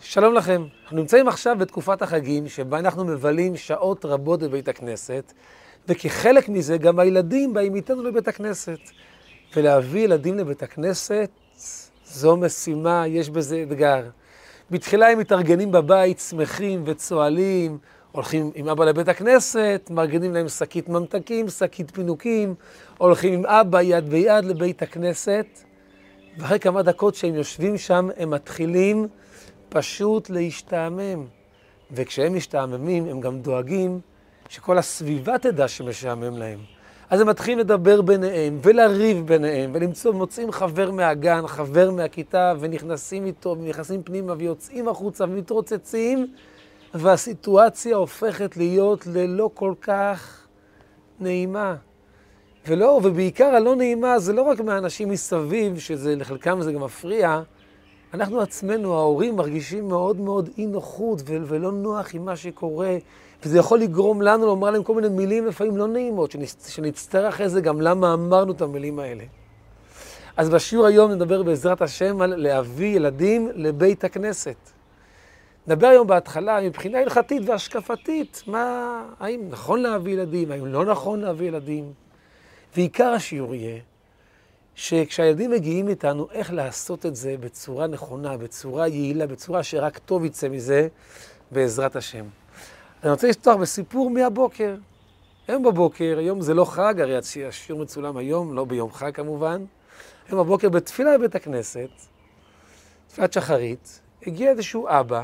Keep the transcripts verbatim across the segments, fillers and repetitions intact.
שלום לכם. אנחנו נמצאים עכשיו בתקופת החגים, שבה אנחנו מבלים שעות רבות בבית הכנסת, וכחלק מזה גם הילדים באים איתנו לבית הכנסת. ולהביא ילדים לבית הכנסת, זו משימה, יש בזה אתגר. בתחילה הם מתארגנים בבית, שמחים וצועלים, הולכים עם אבא לבית הכנסת, מארגנים להם שקית ממתקים, שקית פינוקים, הולכים עם אבא יד ביד לבית הכנסת, ואחרי כמה דקות שהם יושבים שם, הם מתחילים פשוט להשתעמם. וכשהם משתעממים, הם גם דואגים שכל הסביבה תדע שמשעמם להם. אז הם מתחילים לדבר ביניהם, ולריב ביניהם, ולמצוא, מוצאים חבר מהגן, חבר מהכיתה, ונכנסים איתו, ונכנסים פנימה, ויוצאים החוצה, ומתרוצצים, והסיטואציה הופכת להיות ללא כל כך נעימה. ולא, ובעיקר הלא נעימה, זה לא רק מהאנשים מסביב, שזה לחלקם זה גם מפריע, אנחנו עצמנו, ההורים, מרגישים מאוד מאוד אי נוחות ולא נוח עם מה שקורה, וזה יכול לגרום לנו לומר להם כל מיני מילים לפעמים לא נעימות, שנצטרך אחרי זה גם למה אמרנו את המילים האלה. אז בשיעור היום נדבר בעזרת השם על להביא ילדים לבית הכנסת. נדבר היום בהתחלה מבחינה הלכתית והשקפתית, מה, האם נכון להביא ילדים, האם לא נכון להביא ילדים. ועיקר השיעור יהיה, שכשהילדים מגיעים איתנו, איך לעשות את זה בצורה נכונה, בצורה יעילה, בצורה שרק טוב יצא מזה, בעזרת השם. אני רוצה לפתוח בסיפור מהבוקר. היום בבוקר, היום זה לא חג, הרי השיעור מצולם היום, לא ביום חג כמובן. היום בבוקר בתפילה בבית הכנסת, תפילת שחרית, הגיע איזשהו אבא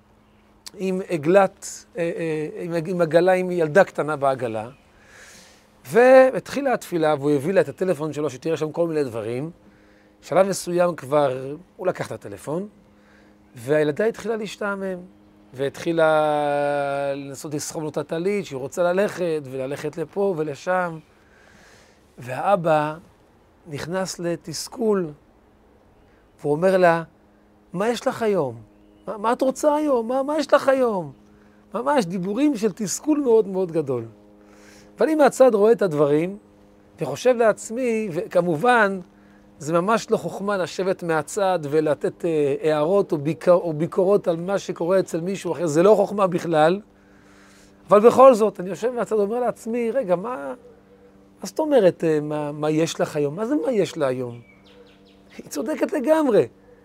עם עגלת, עם, עם עגלה, עם ילדה קטנה בעגלה, והתחילה התפילה, והוא הביא לה את הטלפון שלו, שתראה שם כל מיני דברים. שלב מסוים כבר, הוא לקח את הטלפון, והילדה התחילה להשתעמם, והתחילה לנסות לסחוב לו את הטלית, שהיא רוצה ללכת, וללכת לפה ולשם. והאבא נכנס לתסכול, והוא אומר לה, מה יש לך היום? מה, מה את רוצה היום? מה, מה יש לך היום? ממש דיבורים של תסכול מאוד מאוד גדול. ואני מהצד רואה את הדברים, וחושב לעצמי, וכמובן, זה ממש לא חוכמה לשבת מהצד ולתת אה, הערות או, ביקר, או ביקורות על מה שקורה אצל מישהו אחר, זה לא חוכמה בכלל. אבל בכל זאת, אני יושב מהצד ואומר לעצמי, רגע, מה, מה זאת אומרת, אה, מה, מה יש לך היום? מה זה מה יש לה היום? היא צודקת לגמרי.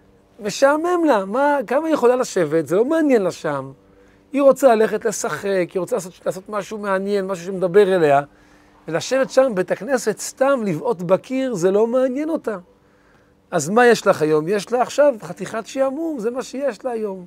משעמם לה, מה, כמה היא יכולה לשבת? זה לא מעניין לה שם. היא רוצה ללכת לשחק, היא רוצה לעשות, לעשות משהו מעניין, משהו שמדבר אליה, ולשבת שם בית הכנסת סתם לבעוט בקיר, זה לא מעניין אותה. אז מה יש לך היום? יש לה עכשיו חתיכת שעמום, זה מה שיש לה היום.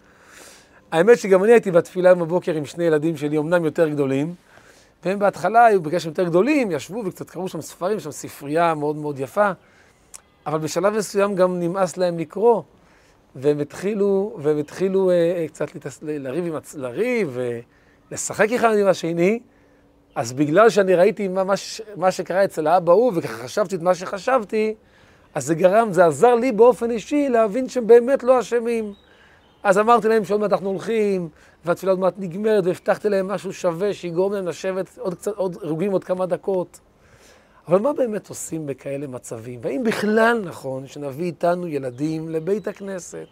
האמת שגם אני הייתי בתפילה בבוקר עם שני ילדים שלי, אמנם יותר גדולים, והם בהתחלה היו בקשר יותר גדולים, ישבו וקצת קראו שם ספרים, שם ספרייה מאוד מאוד יפה, אבל בשלב מסוים גם נמאס להם לקרוא, והם התחילו, והם התחילו אה, קצת לתס... לריב, עם הצ... לריב ולשחק אחד עם השני, אז בגלל שאני ראיתי מה, מה, ש... מה שקרה אצל האבא הוא, וככה חשבתי את מה שחשבתי, אז זה גרם, זה עזר לי באופן אישי להבין שהם באמת לא אשמים. אז אמרתי להם שעוד מעט אנחנו הולכים, והתפילה עוד מעט נגמרת, והבטחתי להם משהו שווה, שיגרום להם לשבת עוד קצת, עוד רוגים עוד כמה דקות. אבל מה באמת עושים בכאלה מצבים? והאם בכלל נכון שנביא איתנו ילדים לבית הכנסת?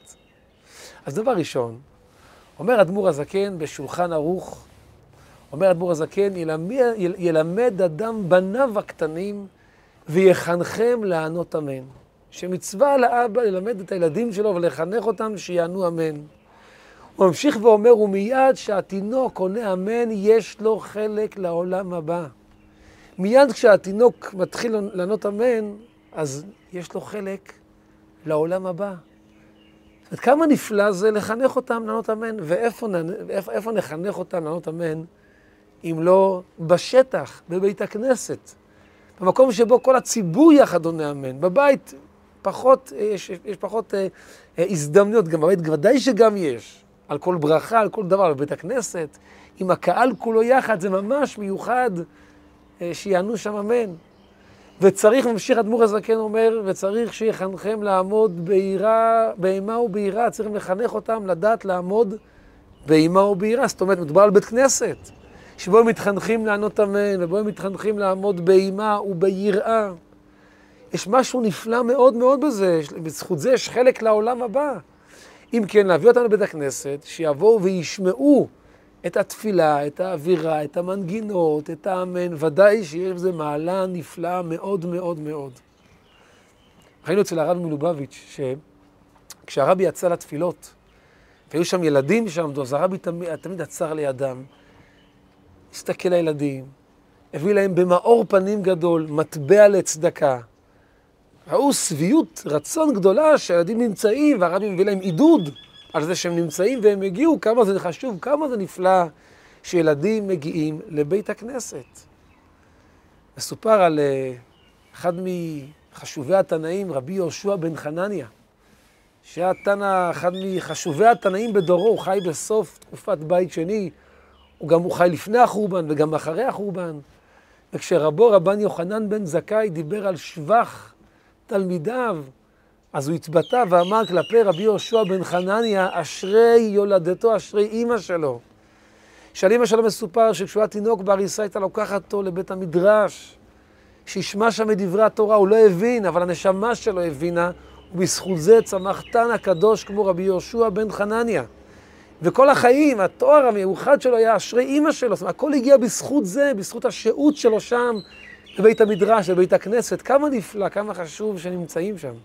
אז דבר ראשון, אומר אדמו"ר הזקן בשולחן ערוך, אומר אדמו"ר הזקן, ילמד, ילמד אדם בניו הקטנים ויחנכם לענות אמן. שמצווה על האבא ללמד את הילדים שלו ולחנך אותם שיענו אמן. הוא ממשיך ואומר, ומיד שהתינוק עונה אמן, יש לו חלק לעולם הבא. מיד כשהתינוק מתחיל לענות אמן, אז יש לו חלק לעולם הבא. זאת אומרת, כמה נפלא זה לחנך אותם לענות אמן, ואיפה איפה, איפה נחנך אותם לענות אמן, אם לא בשטח, בבית הכנסת. במקום שבו כל הציבור יחד עונה אמן. בבית פחות, יש, יש פחות אה, אה, הזדמנויות, גם בבית ודאי שגם יש. על כל ברכה, על כל דבר, בבית הכנסת, עם הקהל כולו יחד, זה ממש מיוחד, שיענו שם אמן. וצריך, ממשיך אדמו"ר הזקן אומר, וצריך שיחנכם לעמוד ביראה, באימה וביראה, צריכים לחנך אותם לדעת לעמוד באימה וביראה. זאת אומרת, מדובר על בית כנסת, שבו הם מתחנכים לענות אמן, ובו הם מתחנכים לעמוד באימה וביראה. יש משהו נפלא מאוד מאוד בזה, בזכות זה יש חלק לעולם הבא. אם כן, להביא אותם לבית הכנסת, שיבואו וישמעו את התפילה, את האווירה, את המנגינות, את האמן, ודאי שיש בזה מעלה נפלאה מאוד מאוד מאוד. ראינו אצל הרב מלובביץ' שכשהרבי יצא לתפילות, והיו שם ילדים שעמדו, אז הרבי תמיד, תמיד עצר לידם, הסתכל לילדים, הביא להם במאור פנים גדול, מטבע לצדקה. ראו שביעות רצון גדולה שהילדים נמצאים, והרבי מביא להם עידוד על זה שהם נמצאים והם הגיעו, כמה זה חשוב, כמה זה נפלא שילדים מגיעים לבית הכנסת. מסופר על אחד מחשובי התנאים, רבי יהושע בן חנניה, שהיה תנא, אחד מחשובי התנאים בדורו, הוא חי בסוף תקופת בית שני, הוא גם הוא חי לפני החורבן וגם אחרי החורבן. וכשרבו רבן יוחנן בן זכאי דיבר על שבח תלמידיו, אז הוא התבטא ואמר כלפי רבי יהושע בן חנניה, אשרי יולדתו, אשרי אמא שלו. שעל אמא שלו מסופר שכשהוא היה תינוק בעריסה הייתה לוקחת אותו לבית המדרש, שישמע שם את דברי התורה, הוא לא הבין, אבל הנשמה שלו הבינה, ובזכות זה צמח תנא קדוש כמו רבי יהושע בן חנניה. וכל החיים, התואר המיוחד שלו היה אשרי אמא שלו, זאת אומרת, הכל הגיע בזכות זה, בזכות השהות שלו שם, בבית המדרש, בבית הכנסת. כמה נפלא, כמה חשוב שנמצאים שם.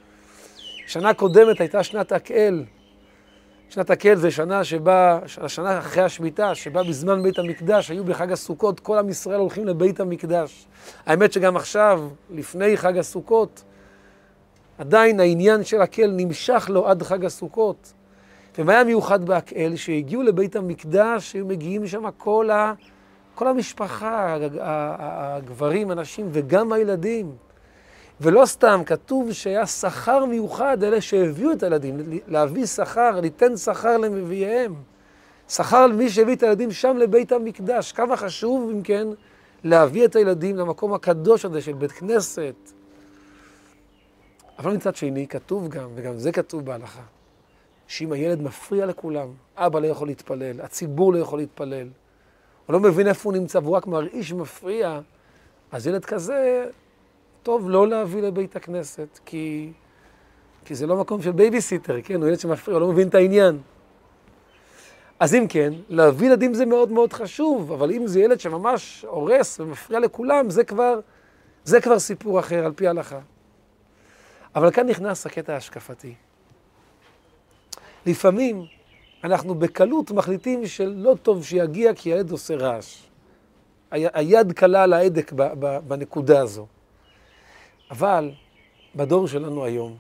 שנה קודמת הייתה שנת הקהל. שנת הקהל זה שנה שבה, שנה אחרי השמיטה, שבה בזמן בית המקדש, היו בחג הסוכות, כל עם ישראל הולכים לבית המקדש. האמת שגם עכשיו, לפני חג הסוכות, עדיין העניין של הקהל נמשך לו עד חג הסוכות. ומה היה מיוחד בהקהל? שהגיעו לבית המקדש, היו מגיעים שם כל, ה, כל המשפחה, הגברים, הנשים וגם הילדים. ולא סתם, כתוב שהיה שכר מיוחד, אלה שהביאו את הילדים, להביא שכר, ליתן שכר למביאיהם. שכר למי שהביא את הילדים שם לבית המקדש. כמה חשוב, אם כן, להביא את הילדים למקום הקדוש הזה של בית כנסת. אבל מצד שני, כתוב גם, וגם זה כתוב בהלכה, שאם הילד מפריע לכולם, אבא לא יכול להתפלל, הציבור לא יכול להתפלל, הוא לא מבין איפה הוא נמצא, והוא רק מרעיש ומפריע, אז ילד כזה, טוב לא להביא לבית הכנסת, כי, כי זה לא מקום של בייביסיטר, כן? הוא ילד שמפריע, הוא לא מבין את העניין. אז אם כן, להביא ילדים זה מאוד מאוד חשוב, אבל אם זה ילד שממש הורס ומפריע לכולם, זה כבר, זה כבר סיפור אחר על פי ההלכה. אבל כאן נכנס הקטע ההשקפתי. לפעמים אנחנו בקלות מחליטים שלא טוב שיגיע כי הילד עושה רעש. היד קלה על ההדק בנקודה הזו. אבל בדור שלנו היום,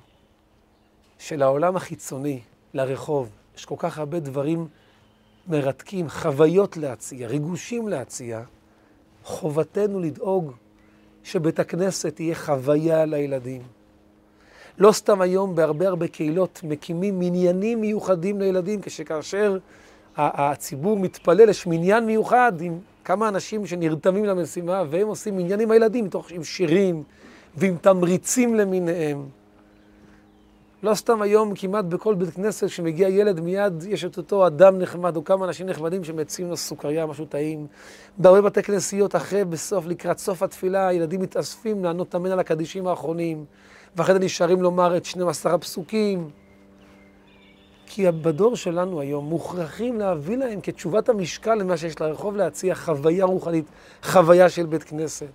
של העולם החיצוני, לרחוב, יש כל כך הרבה דברים מרתקים, חוויות להציע, ריגושים להציע, חובתנו לדאוג שבית הכנסת תהיה חוויה לילדים. לא סתם היום בהרבה הרבה קהילות מקימים מניינים מיוחדים לילדים, כשכאשר הציבור מתפלל, יש מניין מיוחד עם כמה אנשים שנרתמים למשימה, והם עושים מניין עם הילדים, מתוך, עם שירים ועם תמריצים למיניהם. לא סתם היום כמעט בכל בית כנסת שמגיע ילד מיד יש את אותו אדם נחמד או כמה אנשים נחמדים שמציעים לו סוכריה, משהו טעים. בהרבה בתי כנסיות אחרי, בסוף, לקראת סוף התפילה, הילדים מתאספים לענות אמן על הקדישים האחרונים, ואחרי זה נשארים לומר את שנים עשר הפסוקים. כי בדור שלנו היום מוכרחים להביא להם כתשובת המשקל למה שיש לרחוב להציע חוויה רוחנית, חוויה של בית כנסת.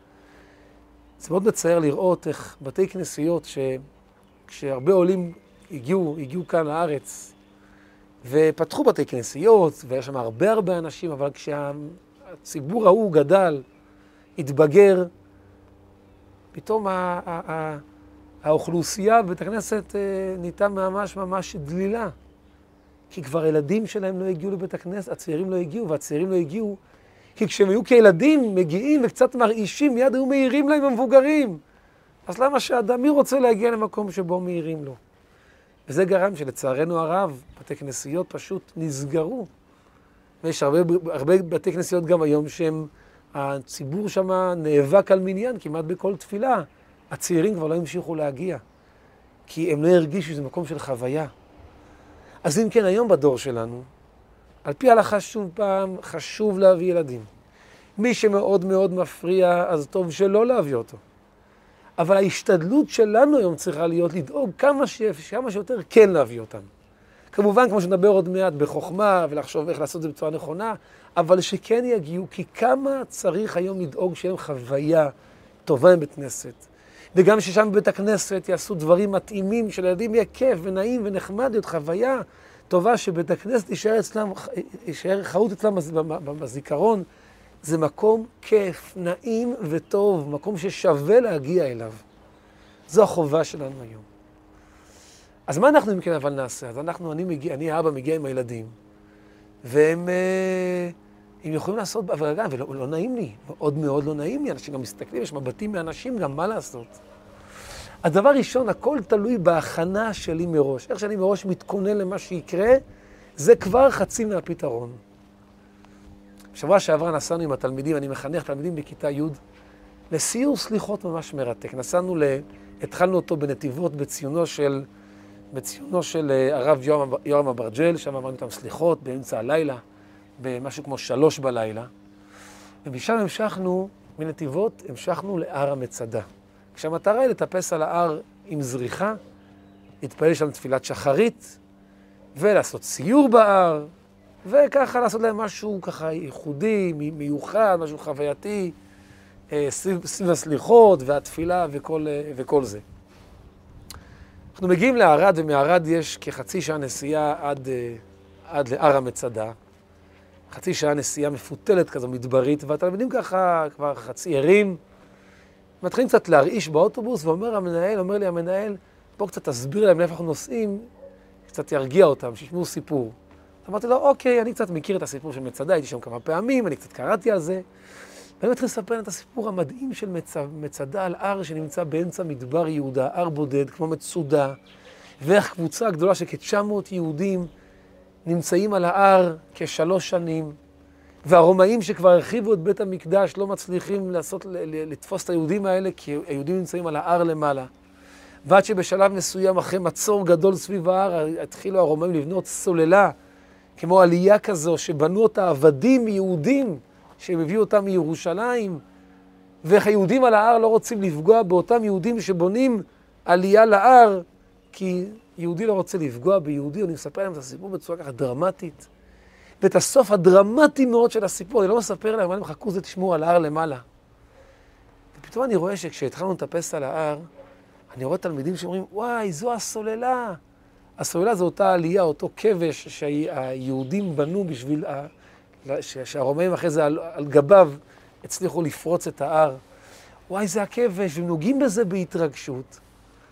זה מאוד מצער לראות איך בתי כנסיות ש... כשהרבה עולים הגיעו, הגיעו כאן לארץ ופתחו בתי כנסיות ויש שם הרבה הרבה אנשים, אבל כשהציבור ההוא גדל, התבגר, פתאום ה- ה- ה- האוכלוסייה בבית הכנסת נהייתה ממש ממש דלילה. כי כבר ילדים שלהם לא הגיעו לבית הכנסת, הצעירים לא הגיעו, והצעירים לא הגיעו, כי כשהם היו כילדים מגיעים וקצת מרעישים, מיד היו מהירים להם המבוגרים. אז למה שאדם, מי רוצה להגיע למקום שבו מהירים לו? וזה גרם שלצערנו הרב, בתי כנסיות פשוט נסגרו. ויש הרבה, הרבה בתי כנסיות גם היום שהם, הציבור שם נאבק על מניין כמעט בכל תפילה. הצעירים כבר לא המשיכו להגיע, כי הם לא הרגישו שזה מקום של חוויה. אז אם כן, היום בדור שלנו, על פי ההלכה שוב פעם, חשוב להביא ילדים. מי שמאוד מאוד מפריע, אז טוב שלא להביא אותו. אבל ההשתדלות שלנו היום צריכה להיות לדאוג כמה, ש... כמה שיותר כן להביא אותם. כמובן, כמו שנדבר עוד מעט, בחוכמה ולחשוב איך לעשות את זה בצורה נכונה, אבל שכן יגיעו, כי כמה צריך היום לדאוג שיהיה להם חוויה טובה בבית כנסת. וגם ששם בבית הכנסת יעשו דברים מתאימים, שלילדים יהיה כיף ונעים ונחמד, להיות חוויה טובה שבית הכנסת יישאר אצלם, יישאר חרוט אצלם בזיכרון. זה מקום כיף, נעים וטוב, מקום ששווה להגיע אליו. זו החובה שלנו היום. אז מה אנחנו אם כן אבל נעשה? אז אנחנו, אני מגיע, אני האבא מגיע עם הילדים, והם הם יכולים לעשות בהברגה, ולא לא נעים לי, מאוד מאוד לא נעים לי, אנשים גם מסתכלים, יש מבטים מאנשים גם מה לעשות. הדבר ראשון, הכל תלוי בהכנה שלי מראש. איך שאני מראש מתכונן למה שיקרה, זה כבר חצי מהפתרון. בשבוע שעברה נסענו עם התלמידים, אני מחנך תלמידים בכיתה י' לסיור סליחות ממש מרתק. נסענו, ל... התחלנו אותו בנתיבות בציונו של, בציונו של הרב יורם אברג'ל, שם אמרנו איתם סליחות באמצע הלילה, במשהו כמו שלוש בלילה. ומשם המשכנו, מנתיבות, המשכנו להר המצדה. כשהמטרה היא לטפס על ההר עם זריחה, להתפלל שם תפילת שחרית, ולעשות סיור בהר, וככה לעשות להם משהו ככה ייחודי, מיוחד, משהו חווייתי, סביב, סביב הסליחות והתפילה וכל, וכל זה. אנחנו מגיעים לערד, ומערד יש כחצי שעה נסיעה עד, עד להר המצדה. חצי שעה נסיעה מפותלת כזו, מדברית, והתלמידים ככה כבר חצי ערים, מתחילים קצת להרעיש באוטובוס, ואומר המנהל, אומר לי המנהל, בוא קצת תסביר להם לאיפה אנחנו נוסעים, קצת ירגיע אותם, שישמעו סיפור. אמרתי לו, אוקיי, אני קצת מכיר את הסיפור של מצדה, הייתי שם כמה פעמים, אני קצת קראתי על זה. ואני מתחיל לספר את הסיפור המדהים של מצדה על הר שנמצא באמצע מדבר יהודה, הר בודד, כמו מצודה, ואיך קבוצה גדולה של כ-תשע מאות יהודים נמצאים על ההר כשלוש שנים, והרומאים שכבר הרחיבו את בית המקדש לא מצליחים לעשות, לתפוס את היהודים האלה, כי היהודים נמצאים על ההר למעלה. ועד שבשלב מסוים, אחרי מצור גדול סביב ההר, התחילו הרומאים לבנות סוללה, כמו עלייה כזו, שבנו אותה עבדים יהודים, שהם הביאו אותם מירושלים, ואיך היהודים על ההר לא רוצים לפגוע באותם יהודים שבונים עלייה להר, כי יהודי לא רוצה לפגוע ביהודי. אני מספר להם את הסיפור בצורה ככה דרמטית. ואת הסוף הדרמטי מאוד של הסיפור, אני לא מספר להם, אני מחכו זה תשמעו על ההר למעלה. ופתאום אני רואה שכשהתחלנו לטפס על ההר, אני רואה תלמידים שאומרים, וואי, זו הסוללה. הסוללה זו אותה עלייה, אותו כבש שהיהודים בנו בשביל, שהרומאים אחרי זה על, על גביו הצליחו לפרוץ את ההר. וואי, זה הכבש, והם נוגעים בזה בהתרגשות.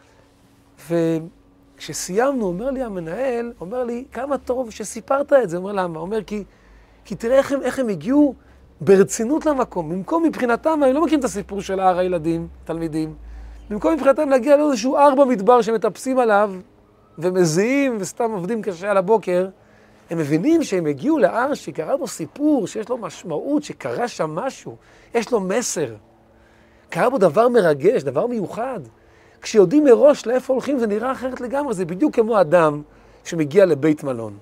וכשסיימנו, אומר לי המנהל, אומר לי, כמה טוב שסיפרת את זה. אומר למה? אומר, כי, כי תראה איך הם, איך הם הגיעו ברצינות למקום. במקום מבחינתם, אני לא מכיר את הסיפור של ההר הילדים, תלמידים. במקום מבחינתם להגיע לאיזשהו הר במדבר שמטפסים עליו, ומזיעים וסתם עובדים קשה על הבוקר, הם מבינים שהם הגיעו להר שקרה בו סיפור, שיש לו משמעות, שקרה שם משהו, יש לו מסר. קרה בו דבר מרגש, דבר מיוחד. כשיודעים מראש לאיפה הולכים, זה נראה אחרת לגמרי. זה בדיוק כמו אדם שמגיע לבית מלון.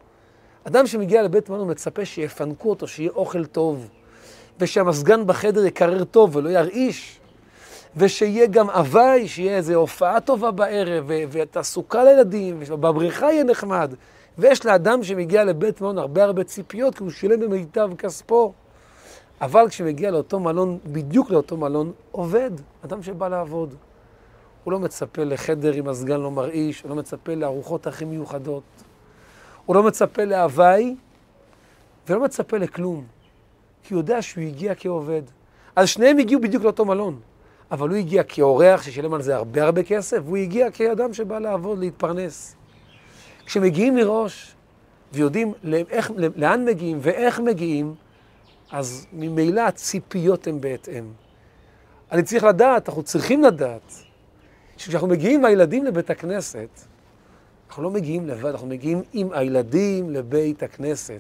אדם שמגיע לבית מלון מצפה שיפנקו אותו, שיהיה אוכל טוב, ושהמסגן בחדר יקרר טוב ולא ירעיש, ושיהיה גם הוואי, שיהיה איזו הופעה טובה בערב, ותעסוקה לילדים, ובבריכה יהיה נחמד. ויש לאדם שמגיע לבית מלון הרבה הרבה ציפיות, כי הוא שילם במיטב כספו. אבל כשמגיע לאותו מלון, בדיוק לאותו מלון, עובד, אדם שבא לעבוד. הוא לא מצפה לחדר עם הסגן לא מרעיש, הוא לא מצפה לארוחות הכי מיוחדות. הוא לא מצפה להוואי, ולא מצפה לכלום. כי הוא יודע שהוא הגיע כעובד. אז שניהם הגיעו בדיוק לאותו מלון. אבל הוא הגיע כאורח ששילם על זה הרבה הרבה כסף, והוא הגיע כאדם שבא לעבוד, להתפרנס. כשמגיעים מראש, ויודעים לאיך, לאן מגיעים ואיך מגיעים, אז ממילא הציפיות הן בהתאם. אני צריך לדעת, אנחנו צריכים לדעת, שכשאנחנו מגיעים עם הילדים לבית הכנסת, אנחנו לא מגיעים לבד, אנחנו מגיעים עם הילדים לבית הכנסת.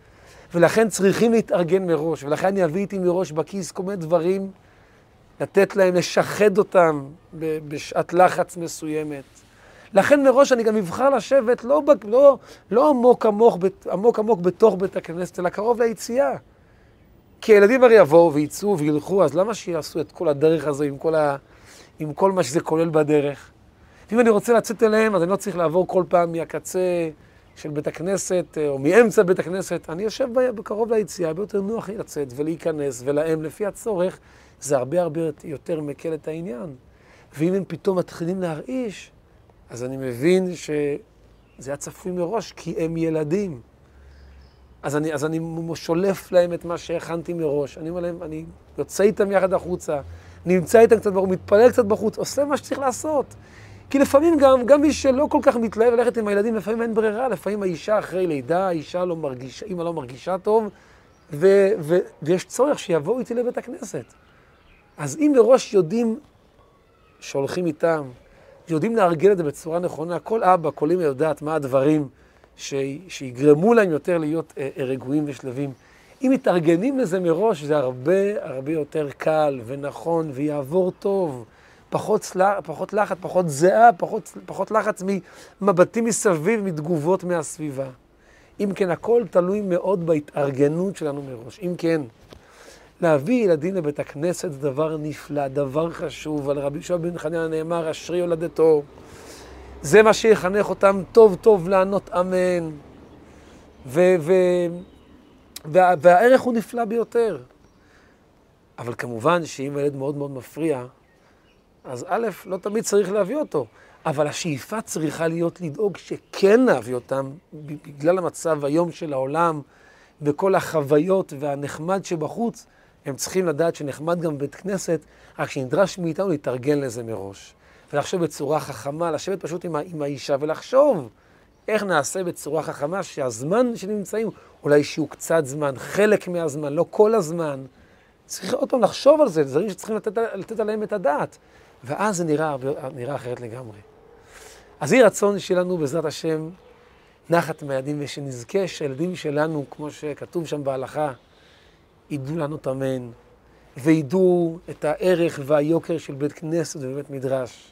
ולכן צריכים להתארגן מראש, ולכן אני אביא איתי מראש בכיס כל מיני דברים, לתת להם, לשחד אותם בשעת לחץ מסוימת. לכן מראש אני גם אבחר לשבת לא, לא, לא עמוק, עמוק, עמוק עמוק בתוך בית הכנסת, אלא קרוב ליציאה. כי הילדים הרי יבואו וייצאו וילכו, אז למה שיעשו את כל הדרך הזו עם כל, ה, עם כל מה שזה כולל בדרך? ואם אני רוצה לצאת אליהם, אז אני לא צריך לעבור כל פעם מהקצה של בית הכנסת, או מאמצע בית הכנסת, אני יושב בקרוב ליציאה, הרבה יותר נוח לי לצאת ולהיכנס ולהם לפי הצורך, זה הרבה הרבה יותר מקל את העניין. ואם הם פתאום מתחילים להרעיש, אז אני מבין שזה היה צפוי מראש, כי הם ילדים. אז אני, אז אני שולף להם את מה שהכנתי מראש. אני אומר להם, אני יוצא איתם יחד החוצה, נמצא איתם קצת בחוץ, מתפלל קצת בחוץ, עושה מה שצריך לעשות. כי לפעמים גם, גם מי שלא כל כך מתלהב ללכת עם הילדים, לפעמים אין ברירה, לפעמים האישה אחרי לידה, האישה לא מרגישה, אמא לא מרגישה טוב, ו, ו, ויש צורך שיבואו איתי לבית הכנסת. אז אם מראש יודעים שהולכים איתם, יודעים להרגל את זה בצורה נכונה, כל אבא, כל אמא יודעת מה הדברים ש, שיגרמו להם יותר להיות אה, רגועים ושלווים. אם מתארגנים לזה מראש, זה הרבה הרבה יותר קל ונכון ויעבור טוב. פחות, סלח, פחות לחץ, פחות זהה, פחות, פחות לחץ ממבטים מסביב, מתגובות מהסביבה. אם כן, הכל תלוי מאוד בהתארגנות שלנו מראש. אם כן, להביא ילדים לבית הכנסת זה דבר נפלא, דבר חשוב. על רבי יהושע בן חנניה נאמר, אשרי יולדתו. זה מה שיחנך אותם טוב טוב לענות אמן. ו- ו- וה- והערך הוא נפלא ביותר. אבל כמובן שאם הילד מאוד מאוד מפריע, אז א', לא תמיד צריך להביא אותו, אבל השאיפה צריכה להיות לדאוג שכן להביא אותם, בגלל המצב היום של העולם, וכל החוויות והנחמד שבחוץ, הם צריכים לדעת שנחמד גם בבית כנסת, רק שנדרש מאיתנו להתארגן לזה מראש. ולחשוב בצורה חכמה, לשבת פשוט עם, עם האישה ולחשוב איך נעשה בצורה חכמה, שהזמן שנמצאים, אולי שהוא קצת זמן, חלק מהזמן, לא כל הזמן, צריך עוד פעם לחשוב על זה, דברים שצריכים לתת, לתת עליהם את הדעת. ואז זה נראה, נראה אחרת לגמרי. אז יהי רצון שלנו בעזרת השם נחת מהילדים, ושנזכה שהילדים שלנו, כמו שכתוב שם בהלכה, ידעו לענות אמן, וידעו את הערך והיוקר של בית כנסת ובית מדרש.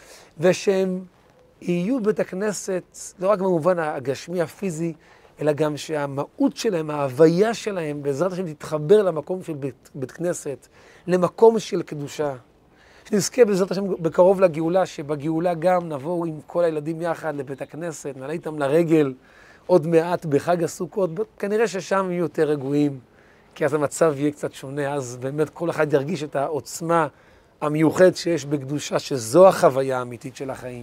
ושהם יהיו בית הכנסת, לא רק במובן הגשמי הפיזי, אלא גם שהמהות שלהם, ההוויה שלהם, בעזרת השם תתחבר למקום של בית, בית כנסת, למקום של קדושה. שנזכה בעזרת השם בקרוב לגאולה, שבגאולה גם נבואו עם כל הילדים יחד לבית הכנסת, נעלה איתם לרגל עוד מעט בחג הסוכות, כנראה ששם יהיו יותר רגועים, כי אז המצב יהיה קצת שונה, אז באמת כל אחד ירגיש את העוצמה המיוחד שיש בקדושה, שזו החוויה האמיתית של החיים.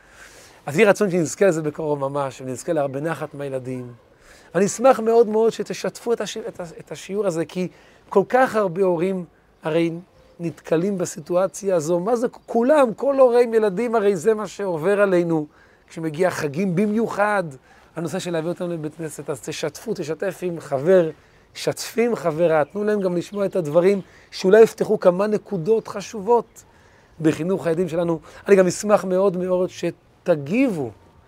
אז יהיה רצון שנזכה לזה בקרוב ממש, ונזכה להרבה נחת מהילדים. אני אשמח מאוד מאוד שתשתפו את, הש... את השיעור הזה, כי כל כך הרבה הורים הרי נתקלים בסיטואציה הזו. מה זה? כולם, כל הורי עם ילדים, הרי זה מה שעובר עלינו. כשמגיע חגים במיוחד, הנושא של להביא אותם לבית כנסת, אז תשתפו, תשתף עם חבר, שתפים חברה, תנו להם גם לשמוע את הדברים, שאולי יפתחו כמה נקודות חשובות בחינוך הילדים שלנו. אני גם אשמח מאוד מאוד שתגיבו.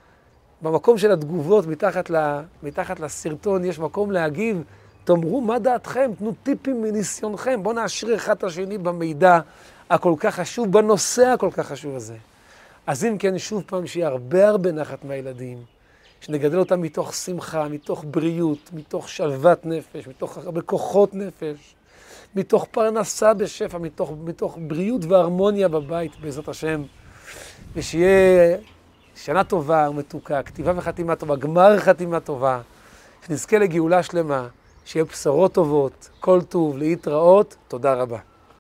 במקום של התגובות, מתחת, ל, מתחת לסרטון, יש מקום להגיב. תאמרו מה דעתכם, תנו טיפים מניסיונכם. בואו נעשיר אחד את השני במידע הכל כך חשוב, בנושא הכל כך חשוב הזה. אז אם כן, שוב פעם, שיהיה הרבה הרבה נחת מהילדים, שנגדל אותם מתוך שמחה, מתוך בריאות, מתוך שלוות נפש, מתוך הרבה כוחות נפש, מתוך פרנסה בשפע, מתוך, מתוך בריאות והרמוניה בבית, בעזרת השם. ושיהיה שנה טובה ומתוקה, כתיבה וחתימה טובה, גמר חתימה טובה, שנזכה לגאולה שלמה, שיהיה בשורות טובות, כל טוב, להתראות, תודה רבה.